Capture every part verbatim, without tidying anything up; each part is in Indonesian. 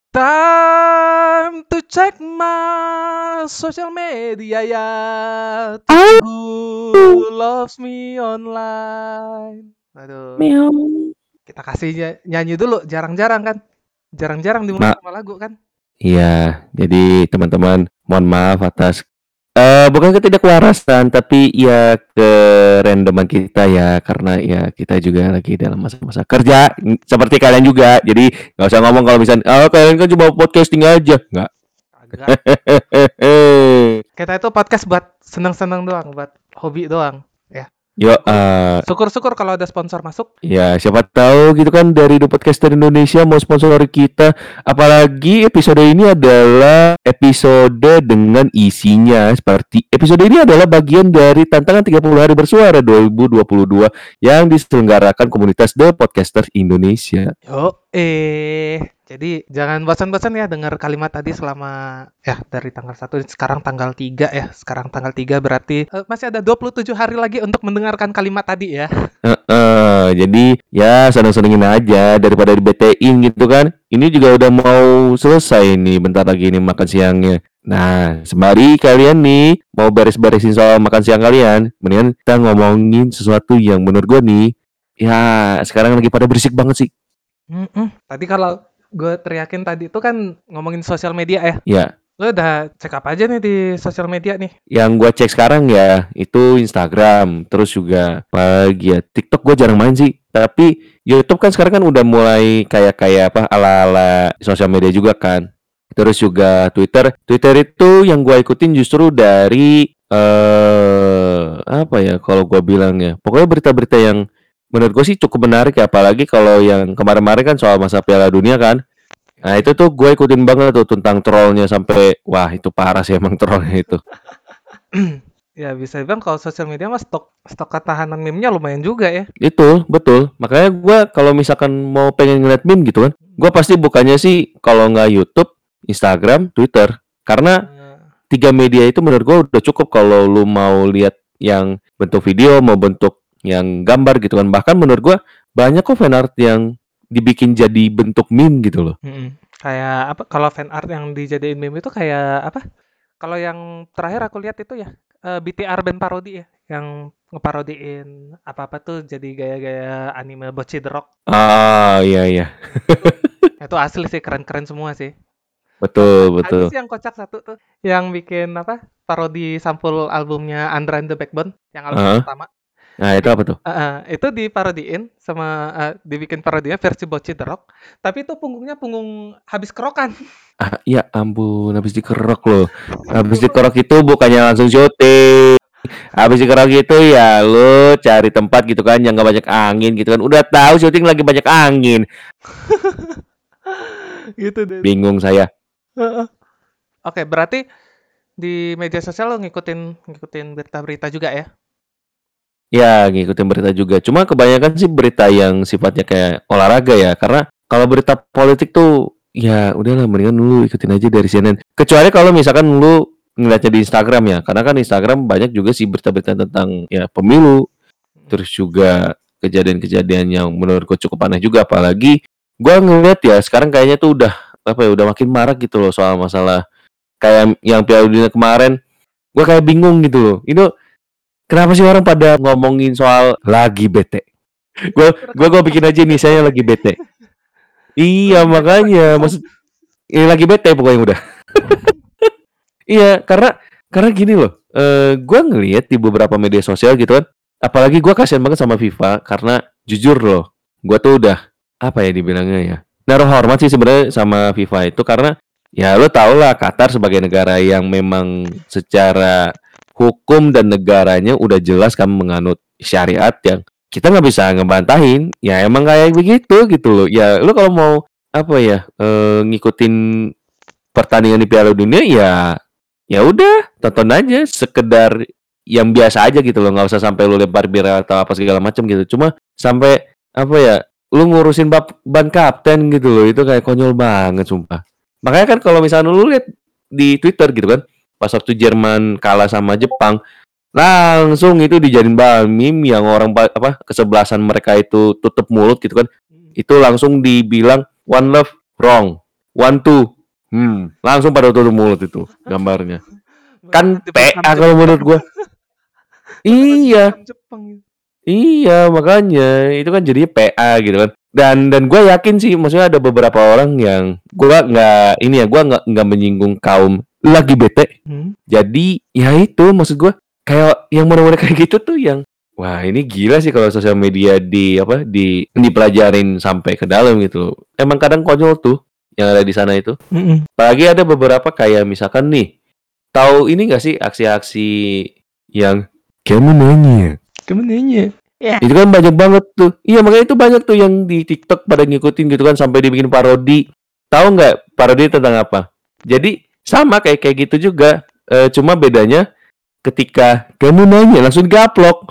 Time to check my social media ya. Ah, Who loves me online. Aduh, meow. kita kasih ny- nyanyi dulu. Jarang-jarang kan? Jarang-jarang dimulai Ma sama lagu kan? iya, jadi teman-teman mohon maaf atas eh bukan ketidakwarasan tapi ya kerandoman kita ya karena ya kita juga lagi dalam masa-masa kerja n- seperti kalian juga. Jadi nggak usah ngomong kalau misalnya oh kalian kan cuma podcasting aja. Nggak. Agak. Kita itu podcast buat seneng-seneng doang, buat hobi doang. Ya. Yo, Syukur, eh syukur-syukur kalau ada sponsor masuk. ya, siapa tahu gitu kan dari The Podcaster Indonesia mau sponsori kita. Apalagi episode ini adalah episode dengan isinya seperti episode ini adalah bagian dari tantangan tiga puluh hari bersuara dua ribu dua puluh dua yang diselenggarakan komunitas The Podcaster Indonesia. Yo, eh. Jadi jangan bosan-bosan ya dengar kalimat tadi selama ya dari tanggal satu sekarang tanggal tiga ya. Sekarang tanggal tiga berarti eh, masih ada dua puluh tujuh hari lagi untuk mendengarkan kalimat tadi ya. Heeh, jadi ya seneng-senengin aja daripada di B T-in gitu kan. Ini juga udah mau selesai nih bentar lagi nih makan siangnya. Nah, sembari kalian nih mau beres-beresin soal makan siang kalian, mendingan kita ngomongin sesuatu yang menurut gue nih, ya sekarang lagi pada berisik banget sih. Mm-mm. Tadi kalau gue teriakin tadi itu kan ngomongin sosial media ya. Ya, Lo udah cek apa aja nih di sosial media nih? yang gue cek sekarang ya itu Instagram, terus juga apalagi ya TikTok gue jarang main sih. Tapi YouTube kan sekarang kan udah mulai kayak kayak apa ala-ala sosial media juga kan. Terus juga Twitter. Twitter itu yang gue ikutin justru dari eh apa ya kalau gue bilang ya. Pokoknya berita-berita yang menurut gue sih cukup menarik ya. Apalagi kalau yang kemarin-kemarin kan soal masa Piala Dunia kan. Nah itu tuh gue ikutin banget tuh tentang trollnya sampai wah itu parah sih emang trollnya itu. Ya bisa dibilang kalau sosial media mah stok stok ketahanan meme-nya lumayan juga ya. Itu betul. Makanya gue kalau misalkan mau pengen ngeliat meme gitu kan, gue pasti bukannya sih kalau nggak YouTube, Instagram, Twitter. Karena Eh, tiga media itu menurut gue udah cukup kalau lu mau lihat yang bentuk video, mau bentuk yang gambar gitu kan. Bahkan menurut gue banyak kok fan art yang dibikin jadi bentuk meme gitu loh. mm-mm. Kayak apa? Kalau fan art yang dijadiin meme itu kayak apa? Kalau yang terakhir aku lihat itu ya eh, B T R band parodi ya, yang ngeparodiin apa-apa tuh jadi gaya-gaya anime Bocce the Rock. Ah iya iya, Itu itu asli sih keren-keren semua sih. Sama betul ada betul. sih yang kocak satu tuh yang bikin apa? Parodi sampul albumnya Andra and the Backbone yang album Heeh. pertama. Nah itu It, apa tuh? uh, uh, itu diparodiin sama uh, dibikin parodinya versi Bocce the Rock, tapi itu punggungnya punggung habis kerokan. Ah, ya ampun, habis dikerok loh. Habis dikerok itu bukannya langsung syuting. Habis dikerok itu ya lu cari tempat gitu kan yang gak banyak angin gitu kan. Udah tahu syuting lagi banyak angin. Gitu deh. Bingung saya. Heeh. Oke, berarti di media sosial lo ngikutin ngikutin berita-berita juga ya? Ya ngikutin berita juga. Cuma kebanyakan sih berita yang sifatnya kayak olahraga ya. Karena kalau berita politik tuh ya udahlah mendingan lu ikutin aja dari C N N. Kecuali kalau misalkan lu ngeliatnya di Instagram ya. Karena kan Instagram banyak juga sih berita-berita tentang ya pemilu. Terus juga kejadian-kejadian yang menurutku cukup aneh juga. Apalagi gue ngeliat ya sekarang kayaknya tuh udah apa ya udah makin marak gitu loh soal masalah kayak yang Piala Dunia kemarin. Gue kayak bingung gitu loh. Itu kenapa sih orang pada ngomongin soal lagi bete? Gue gue gue bikin aja nih saya lagi bete. Iya Lagi bete apa makanya emo? maksud eh, lagi bete pokoknya udah. Iya karena karena gini loh. Eh gue ngelihat di beberapa media sosial gitu kan. Apalagi gue kasihan banget sama FIFA karena jujur loh, gue tuh udah apa ya dibilangnya ya. Naruh hormat sih sebenarnya sama FIFA itu karena ya lo tau lah Qatar sebagai negara yang memang secara hukum dan negaranya udah jelas kan menganut syariat yang kita nggak bisa ngebantahin. Ya emang kayak begitu gitu loh. Ya lo kalau mau apa ya eh, ngikutin pertandingan di Piala Dunia ya ya udah tonton aja sekedar yang biasa aja gitu loh, nggak usah sampai lu lempar bir atau apa segala macam gitu, cuma sampai apa ya lu ngurusin bab ban kapten gitu loh, itu kayak konyol banget sumpah. Makanya kan kalau misalnya lu lihat di Twitter gitu kan pas waktu Jerman kalah sama Jepang langsung itu dijadiin bahan meme yang orang pa- apa kesebelasan mereka itu tutup mulut gitu kan, itu langsung dibilang one love wrong, one two, hmm, langsung pada tutup mulut itu gambarnya. Kan Berasa di P program A kalau menurut Jepang. gua. Berasa di Iya, program Jepang gitu. iya makanya itu kan jadinya P A gitu kan. Dan dan gue yakin sih, maksudnya ada beberapa orang yang gua nggak ini ya, gua nggak nggak menyinggung kaum lagi bete. Hmm. Jadi ya itu maksud gua kayak yang benar-benar kayak gitu tuh yang wah ini gila sih kalau sosial media di apa di dipelajarin sampai ke dalam gitu. Emang kadang konyol tuh yang ada di sana itu. Mm-mm. Apalagi ada beberapa kayak misalkan nih, tahu ini nggak sih aksi-aksi yang kamu nanya? Kemenanya. Ya. Itu kan banyak banget tuh. Iya makanya itu banyak tuh yang di TikTok pada ngikutin gitu kan sampai dibikin parodi. Tahu nggak parodi tentang apa? Jadi sama kayak kayak gitu juga. E, cuma bedanya ketika kamu nanya langsung gaplok.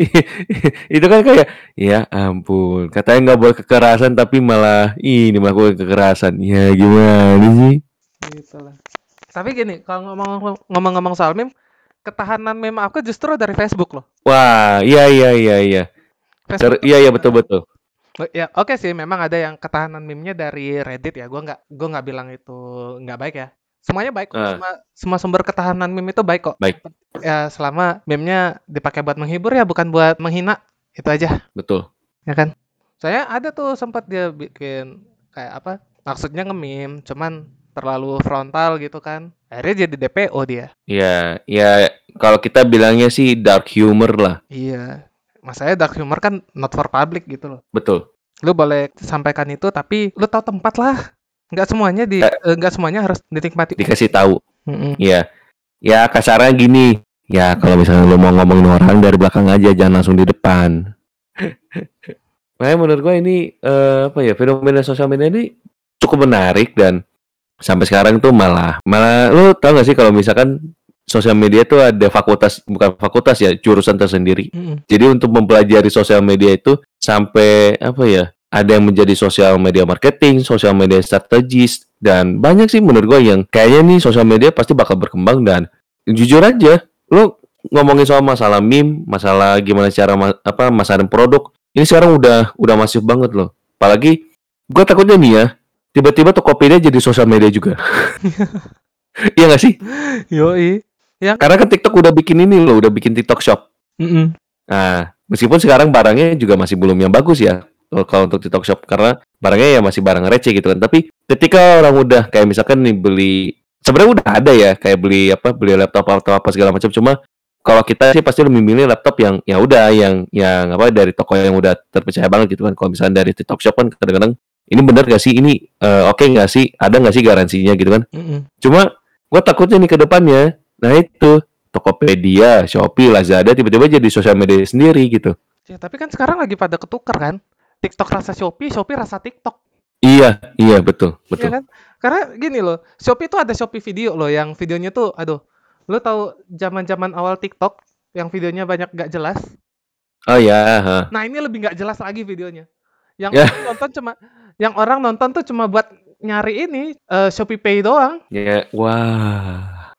Itu kan kayak ya ampun, katanya nggak boleh kekerasan tapi malah ini melakukan kekerasan. Ya gimana sih? Gitu lah. Tapi gini, kalau ngomong ngomong-ngomong soal meme, ketahanan meme aku justru dari Facebook loh. Wah, iya iya iya iya. Facebook Ter- tuh iya iya kayak betul betul. ya oke sih, memang ada yang ketahanan meme-nya dari Reddit ya. Gua nggak gua nggak bilang itu nggak baik ya. Semuanya baik kok. Ah, Semua semua sumber ketahanan meme itu baik kok. baik, Ya selama meme-nya dipakai buat menghibur ya, bukan buat menghina. Itu aja, betul. ya kan? Saya ada tuh sempat dia bikin kayak apa? Maksudnya nge-meme, cuman terlalu frontal gitu kan. Akhirnya jadi D P O dia. Ya, ya kalau kita bilangnya sih dark humor lah. Iya. Masanya dark humor kan not for public gitu loh. Betul. Lu boleh sampaikan itu tapi lu tahu tempat lah. Nggak semuanya di Nggak eh, nggak semuanya harus dinikmati. dikasih tahu. Mm-mm. Iya. Ya kasarnya gini. Ya kalau misalnya lu mau ngomongin orang dari belakang aja, jangan langsung di depan. Makanya menurut gua ini eh, apa ya, fenomena sosial media ini cukup menarik dan sampai sekarang tuh malah malah lu tau gak sih kalau misalkan sosial media tuh ada fakultas, bukan fakultas ya, jurusan tersendiri. Mm-mm. Jadi untuk mempelajari sosial media itu sampai apa ya, ada yang menjadi sosial media marketing, sosial media strategis, dan banyak sih menurut gue yang kayaknya nih sosial media pasti bakal berkembang. Dan jujur aja, lu ngomongin soal masalah meme, masalah gimana cara ma- apa masarin produk, ini sekarang udah udah masif banget loh. Apalagi gue takutnya nih ya, tiba-tiba Tokopedia jadi sosial media juga. Iya gak sih? Yoi. Yang Karena kan TikTok udah bikin ini loh, udah bikin TikTok Shop. Mm-mm. Nah, meskipun sekarang barangnya juga masih belum yang bagus ya, kalau kalau untuk TikTok Shop, karena barangnya ya masih barang receh gitu kan. Tapi ketika orang udah kayak misalkan nih beli, sebenarnya udah ada ya kayak beli apa, beli laptop atau apa segala macam. Cuma kalau kita sih pasti lebih milih laptop yang ya udah yang yang apa dari toko yang udah terpercaya banget gitu kan. Kalau misalnya dari TikTok Shop kan kadang-kadang ini benar gak sih, ini eh, oke nggak sih, ada nggak sih garansinya gitu kan. Mm-mm. Cuma gue takutnya nih ke depannya, nah itu Tokopedia, Shopee, Lazada tiba-tiba jadi sosial media sendiri gitu. Ya, tapi kan sekarang lagi pada ketukar kan. TikTok rasa Shopee, Shopee rasa TikTok. Iya, iya betul, Iya betul. kan? Karena gini loh, Shopee tuh ada Shopee video loh yang videonya tuh aduh. Lu tahu zaman-zaman awal TikTok yang videonya banyak gak jelas? Oh ya, ha. Nah, ini lebih nggak jelas lagi videonya. Yang Ya, orang nonton cuma yang orang nonton tuh cuma buat nyari ini eh, Shopee Pay doang. ya, wah.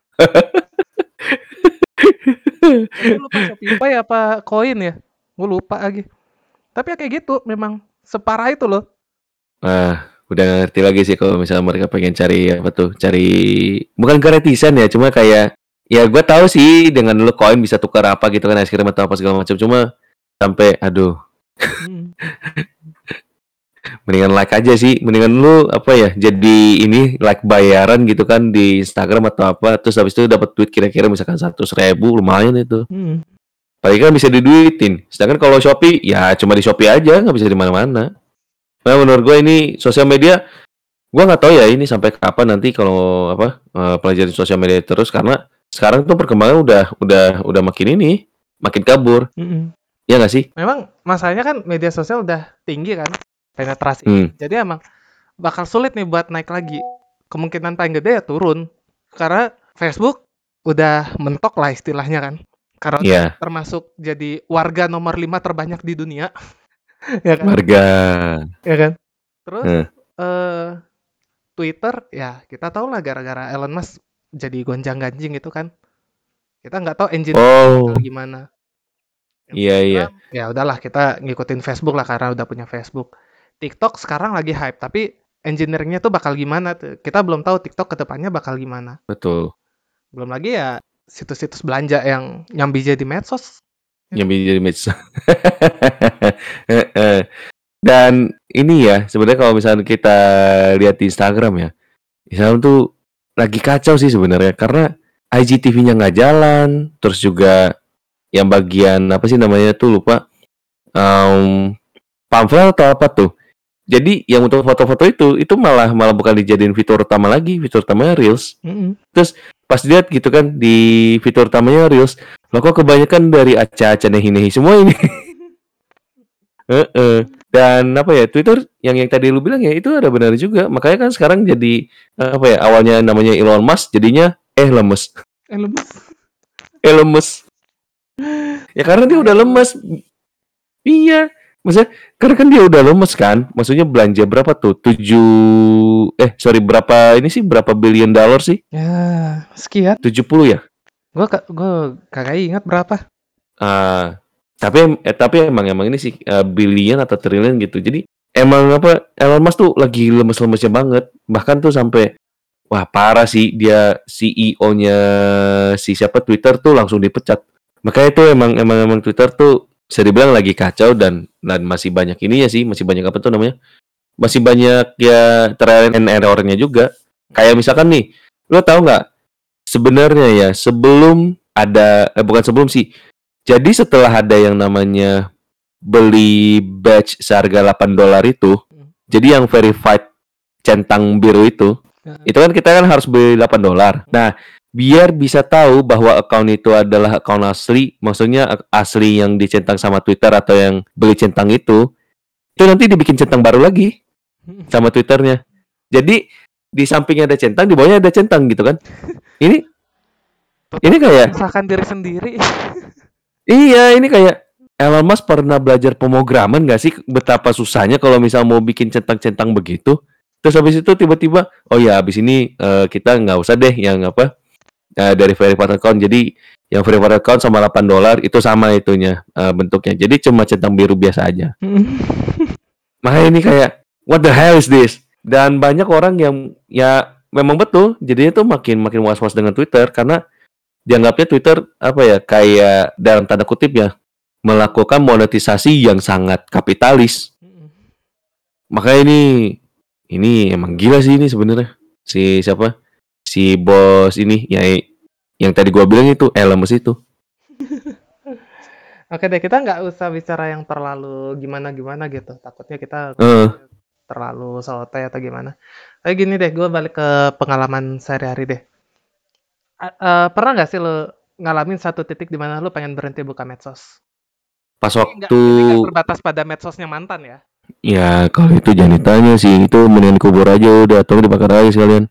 Gue lupa Shopee Pay apa koin ya. Gue lupa lagi. Tapi ya kayak gitu memang separah itu loh. Ah, udah nggak ngerti lagi sih kalau misalnya mereka pengen cari apa tuh, cari bukan gratisan ya, cuma kayak ya gue tahu sih dengan lu koin bisa tukar apa gitu kan, es krim atau apa segala macam. Cuma sampai aduh, Hmm. mendingan like aja sih, mendingan lu apa ya, jadi ini like bayaran gitu kan di Instagram atau apa, terus habis itu dapat duit kira-kira misalkan seratus ribu, lumayan itu. Hmm. Paling kan bisa diduitin. Sedangkan kalau Shopee ya cuma di Shopee aja, nggak bisa di mana-mana. Nah menurut gue ini sosial media, gue nggak tahu ya ini sampai kapan nanti kalau apa eh, pelajaran sosial media terus, karena sekarang tuh perkembangan udah udah udah makin ini, makin kabur. Mm-mm. Ya nggak sih? Memang masalahnya kan media sosial udah tinggi kan penetrasi. Hmm. Jadi emang bakal sulit nih buat naik lagi. Kemungkinan paling gede ya turun. Karena Facebook udah mentok lah istilahnya kan. Karena udah Iya, termasuk jadi warga nomor lima terbanyak di dunia. Ya kan? warga. Ya kan? Terus Hmm. eh Twitter ya kita tahu lah gara-gara Elon Musk jadi gonjang-ganjing itu kan. Kita nggak tahu engine Oh, bakal gimana. iya iya. Instagram, ya udahlah kita ngikutin Facebook lah karena udah punya Facebook. TikTok sekarang lagi hype, tapi engineering-nya tuh bakal gimana tuh. Kita belum tahu TikTok ke depannya bakal gimana. Betul. Belum lagi ya situs-situs belanja yang nyambi jadi medsos. Yang jadi medsos. Heeh. Dan ini ya, sebenarnya kalau misalnya kita lihat di Instagram ya, Instagram tuh lagi kacau sih sebenarnya karena I G T V-nya nggak jalan, terus juga yang bagian apa sih namanya tuh lupa, um, pamflet atau apa tuh. Jadi yang untuk foto-foto itu itu malah malah bukan dijadiin fitur utama lagi, fitur utamanya Reels. Mm-mm. Terus pas lihat gitu kan di fitur utamanya Reels, lo kok kebanyakan dari aca-aca nehi-nehi semua ini. Heeh. Dan apa ya, Twitter yang yang tadi lu bilang ya itu ada benar juga. Makanya kan sekarang jadi apa ya, awalnya namanya Elon Musk jadinya eh lemes. Eh lemes. Eh lemes. Ya karena dia udah lemes. Iya. Maksudnya karena kan dia udah lemes kan. Maksudnya belanja berapa tuh? tujuh eh sorry berapa ini sih berapa billion dollar sih? Ya, sekian. tujuh puluh ya? Gue gue kagak ingat berapa. Ah, tapi eh, tapi emang emang ini sih uh, billion atau triliun gitu. Jadi emang apa Elon Musk tuh lagi lemes-lemesnya banget. Bahkan tuh sampai wah parah sih dia C E O-nya si siapa Twitter tuh langsung dipecat. Makanya itu emang emang emang Twitter tuh bisa dibilang lagi kacau dan dan masih banyak ininya sih, masih banyak apa tuh namanya? Masih banyak ya trial and error-nya juga. Kayak misalkan nih, lo tahu nggak sebenarnya ya sebelum ada eh, bukan sebelum sih. Jadi setelah ada yang namanya beli badge seharga delapan dolar itu, Hmm. jadi yang verified centang biru itu, Ya. itu kan kita kan harus beli delapan dolar. Nah, biar bisa tahu bahwa account itu adalah account asli, maksudnya asli yang dicentang sama Twitter atau yang beli centang itu, itu nanti dibikin centang baru lagi sama Twitternya. Jadi di sampingnya ada centang, di bawahnya ada centang gitu kan. Ini ini kayak Menyusahkan diri sendiri. iya, ini kayak Elon Musk pernah belajar pemrograman nggak sih betapa susahnya kalau misal mau bikin centang-centang begitu. Terus habis itu tiba-tiba, oh ya habis ini uh, kita nggak usah deh yang apa uh, dari verified account. Jadi yang verified account sama delapan dolar itu sama itunya uh, bentuknya. Jadi cuma centang biru biasa aja. Makanya ini kayak what the hell is this? Dan banyak orang yang ya memang betul jadinya tuh makin makin was-was dengan Twitter karena dianggapnya Twitter apa ya kayak dalam tanda kutip ya melakukan monetisasi yang sangat kapitalis. Makanya ini ini emang gila sih ini sebenarnya si siapa si bos ini ya yang tadi gua bilang itu Elemes itu. Oke deh, kita nggak usah bicara yang terlalu gimana-gimana gitu. Takutnya kita Uh, terlalu sotoy atau gimana. Tapi gini deh, gue balik ke pengalaman sehari-hari deh. A- eh, pernah nggak sih lo ngalamin satu titik di mana lo pengen berhenti buka medsos? pas Ini nggak waktu ini nggak terbatas pada medsosnya mantan ya. ya kalau itu jangan ditanya sih itu mendingan kubur aja udah atau dibakar aja sekalian.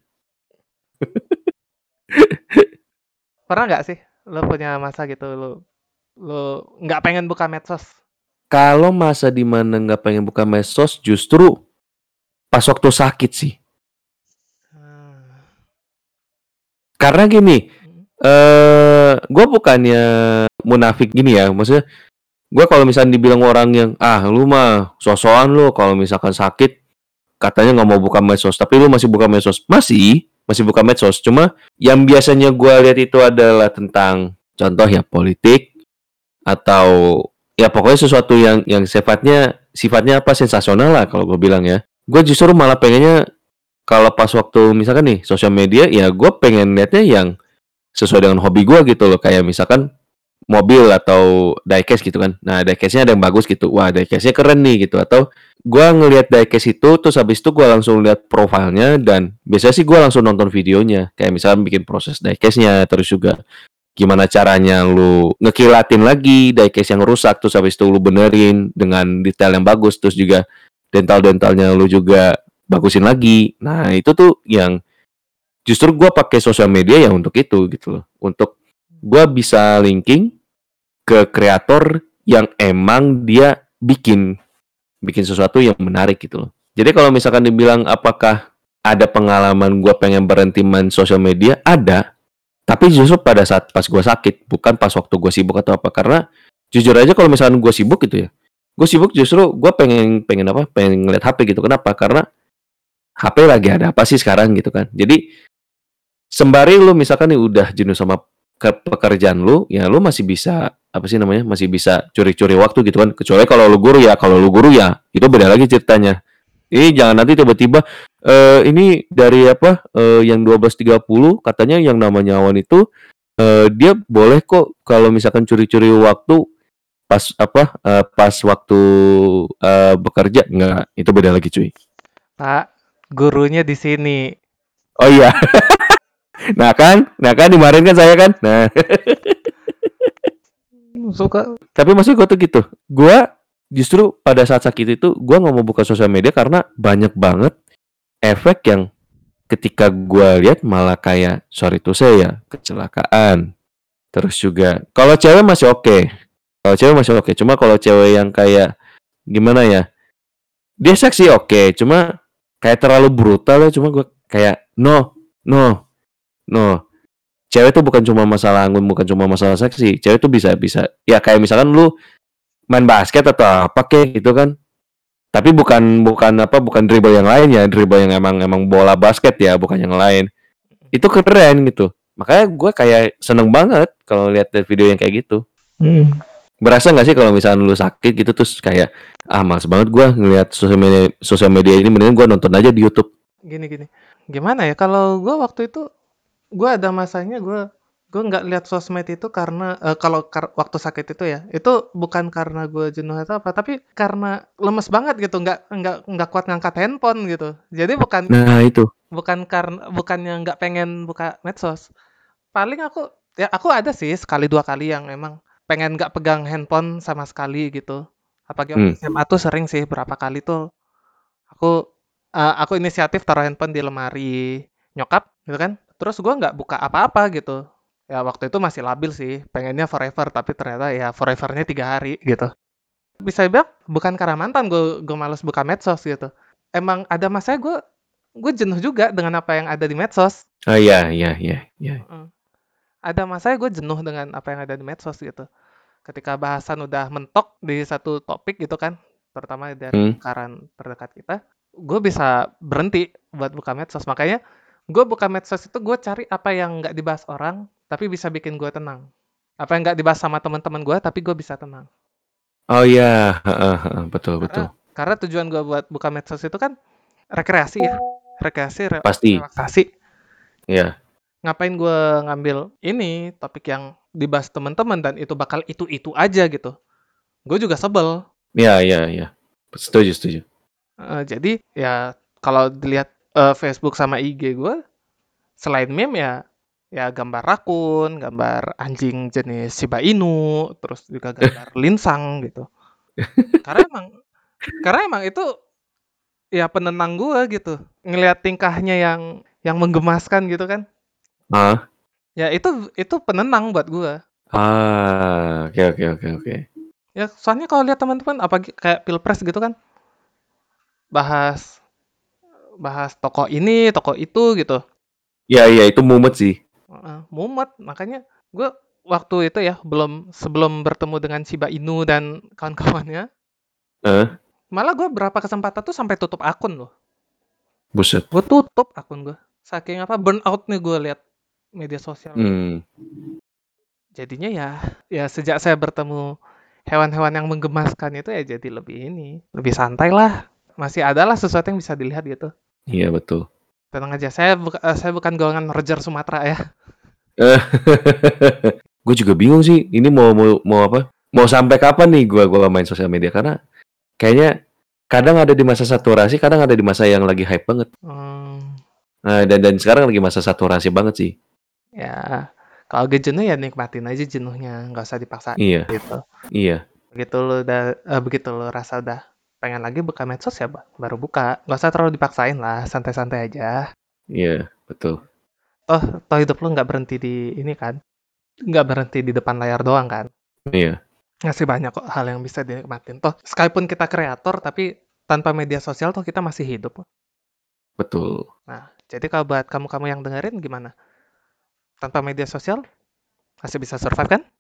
Pernah nggak sih lo punya masa gitu lo lo nggak pengen buka medsos? Kalau masa di mana nggak pengen buka medsos justru pas waktu sakit sih. Hmm. Karena gini, eh gue bukannya munafik gini ya, maksudnya gue kalau misalnya dibilang orang yang ah lu mah sosokan lu kalau misalkan sakit katanya nggak mau buka medsos, tapi lu masih buka medsos, masih masih buka medsos. Cuma yang biasanya gue lihat itu adalah tentang contoh ya politik atau ya pokoknya sesuatu yang yang sifatnya sifatnya apa sensasional lah kalau gue bilang ya. Gue justru malah pengennya kalau pas waktu misalkan nih sosial media ya gue pengen lihatnya yang sesuai dengan hobi gue gitu loh kayak misalkan mobil atau diecast gitu kan. Nah diecastnya ada yang bagus gitu. Wah diecastnya keren nih gitu. Atau gue ngelihat diecast itu terus habis itu gue langsung lihat profilnya dan biasanya sih gue langsung nonton videonya. Kayak misalkan bikin proses diecastnya terus juga gimana caranya lu ngekilatin lagi diecast yang rusak terus habis itu lu benerin dengan detail yang bagus terus juga dental-dentalnya lu juga bagusin lagi. Nah itu tuh yang justru gue pakai sosial media ya untuk itu gitu loh. Untuk gue bisa linking ke kreator yang emang dia bikin bikin sesuatu yang menarik gitu loh. Jadi kalau misalkan dibilang apakah ada pengalaman gue pengen berhenti main sosial media, ada. Tapi justru pada saat pas gue sakit, bukan pas waktu gue sibuk atau apa. Karena jujur aja kalau misalkan gue sibuk gitu ya, gue sibuk justru gue pengen pengen apa? Pengen ngeliat H P gitu. Kenapa? Karena H P lagi ada apa sih sekarang gitu kan. Jadi sembari lu misalkan nih udah jenuh sama ke pekerjaan lu, ya lu masih bisa apa sih namanya? Masih bisa curi-curi waktu gitu kan. Kecuali kalau lu guru ya, kalau lu guru ya itu beda lagi ceritanya. Ini jangan nanti tiba-tiba eh ini dari apa? eh, yang dua belas tiga puluh katanya yang namanya Awan itu eh, dia boleh kok kalau misalkan curi-curi waktu pas apa? eh, pas waktu eh, bekerja enggak, itu beda lagi cuy. Pak, gurunya di sini. Oh iya. Nah kan, nah kan dimarahin kan saya kan. Nah, Suka. tapi maksud gue tuh gitu. Gue justru pada saat sakit itu gue nggak mau buka sosial media karena banyak banget efek yang ketika gue lihat malah kayak sorry tuh saya ya kecelakaan. Terus juga kalau cewek masih oke. Okay. Kalau cewek masih oke. Okay. Cuma kalau cewek yang kayak gimana ya? Dia seksi oke, okay. Cuma kayak terlalu brutal ya. Cuma gue kayak no, no, no. Cewek tuh bukan cuma masalah anggun, bukan cuma masalah seksi. Cewek tuh bisa bisa ya kayak misalkan lu main basket atau apa kek gitu kan. Tapi bukan bukan apa bukan dribble yang lain ya, dribble yang emang emang bola basket ya, bukan yang lain. Itu keren gitu. Makanya gue kayak seneng banget kalau lihat video yang kayak gitu. Hmm. Berasa nggak sih kalau misalnya lu sakit gitu terus kayak ah males banget gue ngeliat sosial media sosial media ini, mendingan gue nonton aja di YouTube. Gini gini. Gimana ya? Kalau gue waktu itu, gue ada masanya gue gue nggak lihat sosmed itu karena eh, kalau kar- waktu sakit itu ya, itu bukan karena gue jenuh atau apa, tapi karena lemes banget gitu, nggak nggak nggak kuat ngangkat handphone gitu. Jadi bukan Nah itu. bukan karena bukannya nggak pengen buka medsos. Paling aku ya aku ada sih sekali dua kali yang emang pengen nggak pegang handphone sama sekali gitu. Apalagi waktu Hmm. S M A tuh sering sih berapa kali tuh aku eh, aku inisiatif taruh handphone di lemari nyokap gitu kan. Terus gua nggak buka apa-apa gitu. Ya waktu itu masih labil sih, pengennya forever tapi ternyata ya forevernya tiga hari gitu. Bisa dibilang bukan karena mantan gue gue males buka medsos gitu. Emang ada masanya gue gue jenuh juga dengan apa yang ada di medsos. Ah iya iya iya iya. Heeh. Ada masanya gue jenuh dengan apa yang ada di medsos gitu. Ketika bahasan udah mentok di satu topik gitu kan, terutama dari Hmm. lingkaran terdekat kita, gue bisa berhenti buat buka medsos. Makanya gue buka medsos itu gue cari apa yang nggak dibahas orang, tapi bisa bikin gue tenang. Apa yang nggak dibahas sama teman-teman gue, tapi gue bisa tenang. Oh iya, heeh, heeh, betul Karena betul. karena tujuan gue buat buka medsos itu kan rekreasi ya, rekreasi, re- Pasti. relaksasi. Iya. Ngapain gue ngambil ini topik yang dibahas teman-teman dan itu bakal itu-itu aja gitu. Gue juga sebel. Iya iya iya. Setuju setuju. Eh, jadi ya kalau dilihat eh, Facebook sama I G gue, selain meme ya ya gambar rakun, gambar anjing jenis Shiba Inu, terus juga gambar linsang gitu. Karena emang karena emang itu ya penenang gue gitu. Ngelihat tingkahnya yang yang menggemaskan gitu kan. Ah. Ya itu itu penenang buat gue. Ah, oke oke oke oke. Ya soalnya kalau lihat teman-teman apa kayak pilpres gitu kan, bahas bahas toko ini, toko itu gitu. Iya iya itu mumet sih. Heeh, mumet. Makanya gue waktu itu ya belum sebelum bertemu dengan Shiba Inu dan kawan-kawannya, Eh, malah gue berapa kesempatan tuh sampai tutup akun loh. buset. Gue tutup akun gue. Saking apa burnout nih gue lihat media sosial. Hmm. Jadinya ya ya sejak saya bertemu hewan-hewan yang menggemaskan itu ya jadi lebih ini, lebih santai lah. Masih ada lah sesuatu yang bisa dilihat gitu. Iya betul. Tenang aja, saya buka- eh, saya bukan golongan Roger Sumatera ya. Eh, gue juga bingung sih. Ini mau mau mau apa? Mau sampai kapan nih gue gua main sosial media karena kayaknya kadang ada di masa saturasi, kadang ada di masa yang lagi hype banget. Hmm, Nah, dan dan sekarang lagi masa saturasi banget sih. ya kalau lagi jenuh ya nikmatin aja jenuhnya, nggak usah dipaksain Iya, gitu. iya, Begitu lu udah eh, begitu lu rasa udah pengen lagi buka medsos ya ba- baru buka. Nggak usah terlalu dipaksain lah, santai-santai aja. iya, betul. Oh, toh hidup lu nggak berhenti di ini kan? Nggak berhenti di depan layar doang kan? Iya, Masih banyak kok hal yang bisa dinikmatin. Toh, sekalipun kita kreator, tapi tanpa media sosial toh kita masih hidup. betul. Nah, jadi kalau buat kamu-kamu yang dengerin gimana? Tanpa media sosial masih bisa survive kan?